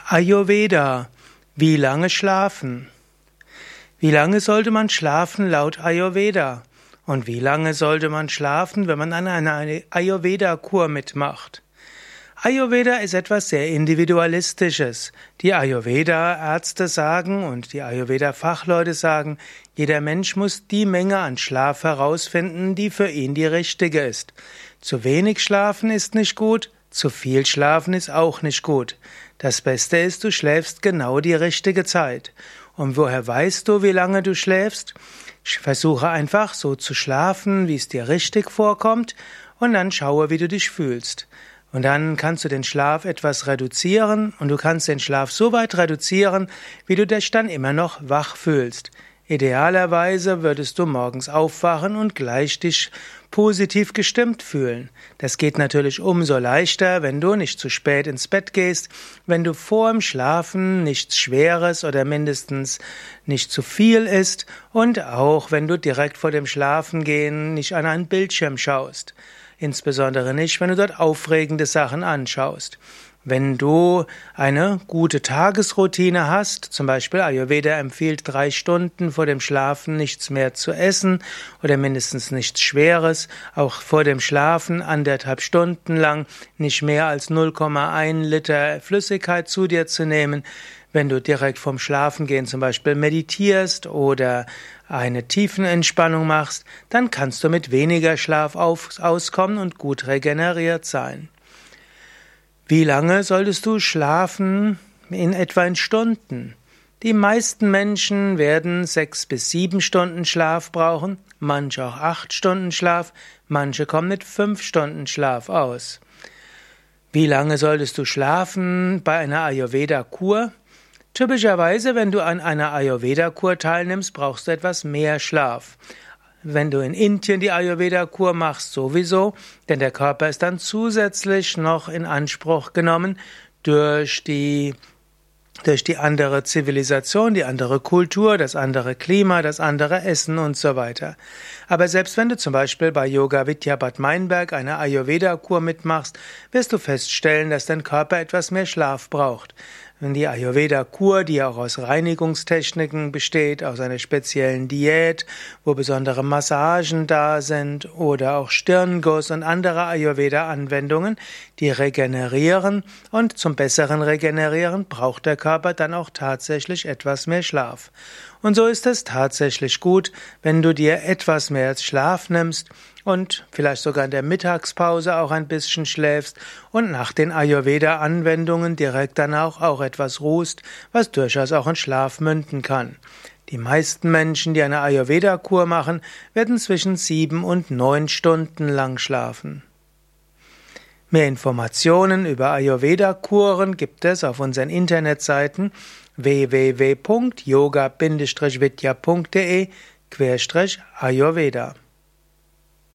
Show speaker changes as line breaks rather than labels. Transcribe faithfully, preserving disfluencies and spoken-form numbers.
Ayurveda. Wie lange schlafen? Wie lange sollte man schlafen laut Ayurveda? Und wie lange sollte man schlafen, wenn man an einer Ayurveda-Kur mitmacht? Ayurveda ist etwas sehr Individualistisches. Die Ayurveda-Ärzte sagen und die Ayurveda-Fachleute sagen, jeder Mensch muss die Menge an Schlaf herausfinden, die für ihn die richtige ist. Zu wenig schlafen ist nicht gut, zu viel schlafen ist auch nicht gut. Das Beste ist, du schläfst genau die richtige Zeit. Und woher weißt du, wie lange du schläfst? Versuche einfach so zu schlafen, wie es dir richtig vorkommt, und dann schaue, wie du dich fühlst. Und dann kannst du den Schlaf etwas reduzieren, und du kannst den Schlaf so weit reduzieren, wie du dich dann immer noch wach fühlst. Idealerweise würdest du morgens aufwachen und gleich dich positiv gestimmt fühlen. Das geht natürlich umso leichter, wenn du nicht zu spät ins Bett gehst, wenn du vor dem Schlafen nichts Schweres oder mindestens nicht zu viel isst und auch wenn du direkt vor dem Schlafengehen nicht an einen Bildschirm schaust. Insbesondere nicht, wenn du dort aufregende Sachen anschaust. Wenn du eine gute Tagesroutine hast, zum Beispiel Ayurveda empfiehlt drei Stunden vor dem Schlafen nichts mehr zu essen oder mindestens nichts Schweres, auch vor dem Schlafen anderthalb Stunden lang nicht mehr als null Komma eins Liter Flüssigkeit zu dir zu nehmen. Wenn du direkt vorm Schlafengehen zum Beispiel meditierst oder eine Tiefenentspannung machst, dann kannst du mit weniger Schlaf auf, auskommen und gut regeneriert sein. Wie lange solltest du schlafen? In etwa in Stunden. Die meisten Menschen werden sechs bis sieben Stunden Schlaf brauchen, manche auch acht Stunden Schlaf, manche kommen mit fünf Stunden Schlaf aus. Wie lange solltest du schlafen bei einer Ayurveda-Kur? Typischerweise, wenn du an einer Ayurveda-Kur teilnimmst, brauchst du etwas mehr Schlaf. Wenn du in Indien die Ayurveda-Kur machst, sowieso, denn der Körper ist dann zusätzlich noch in Anspruch genommen durch die, durch die andere Zivilisation, die andere Kultur, das andere Klima, das andere Essen und so weiter. Aber selbst wenn du zum Beispiel bei Yoga Vidya Bad Meinberg eine Ayurveda-Kur mitmachst, wirst du feststellen, dass dein Körper etwas mehr Schlaf braucht. Wenn die Ayurveda-Kur, die auch aus Reinigungstechniken besteht, aus einer speziellen Diät, wo besondere Massagen da sind oder auch Stirnguss und andere Ayurveda-Anwendungen, die regenerieren, und zum besseren Regenerieren braucht der Körper dann auch tatsächlich etwas mehr Schlaf. Und so ist es tatsächlich gut, wenn du dir etwas mehr Schlaf nimmst und vielleicht sogar in der Mittagspause auch ein bisschen schläfst und nach den Ayurveda-Anwendungen direkt danach auch etwas ruhst, was durchaus auch in Schlaf münden kann. Die meisten Menschen, die eine Ayurveda-Kur machen, werden zwischen sieben und neun Stunden lang schlafen. Mehr Informationen über Ayurveda-Kuren gibt es auf unseren Internetseiten w w w punkt yoga Bindestrich vidya punkt de Ayurveda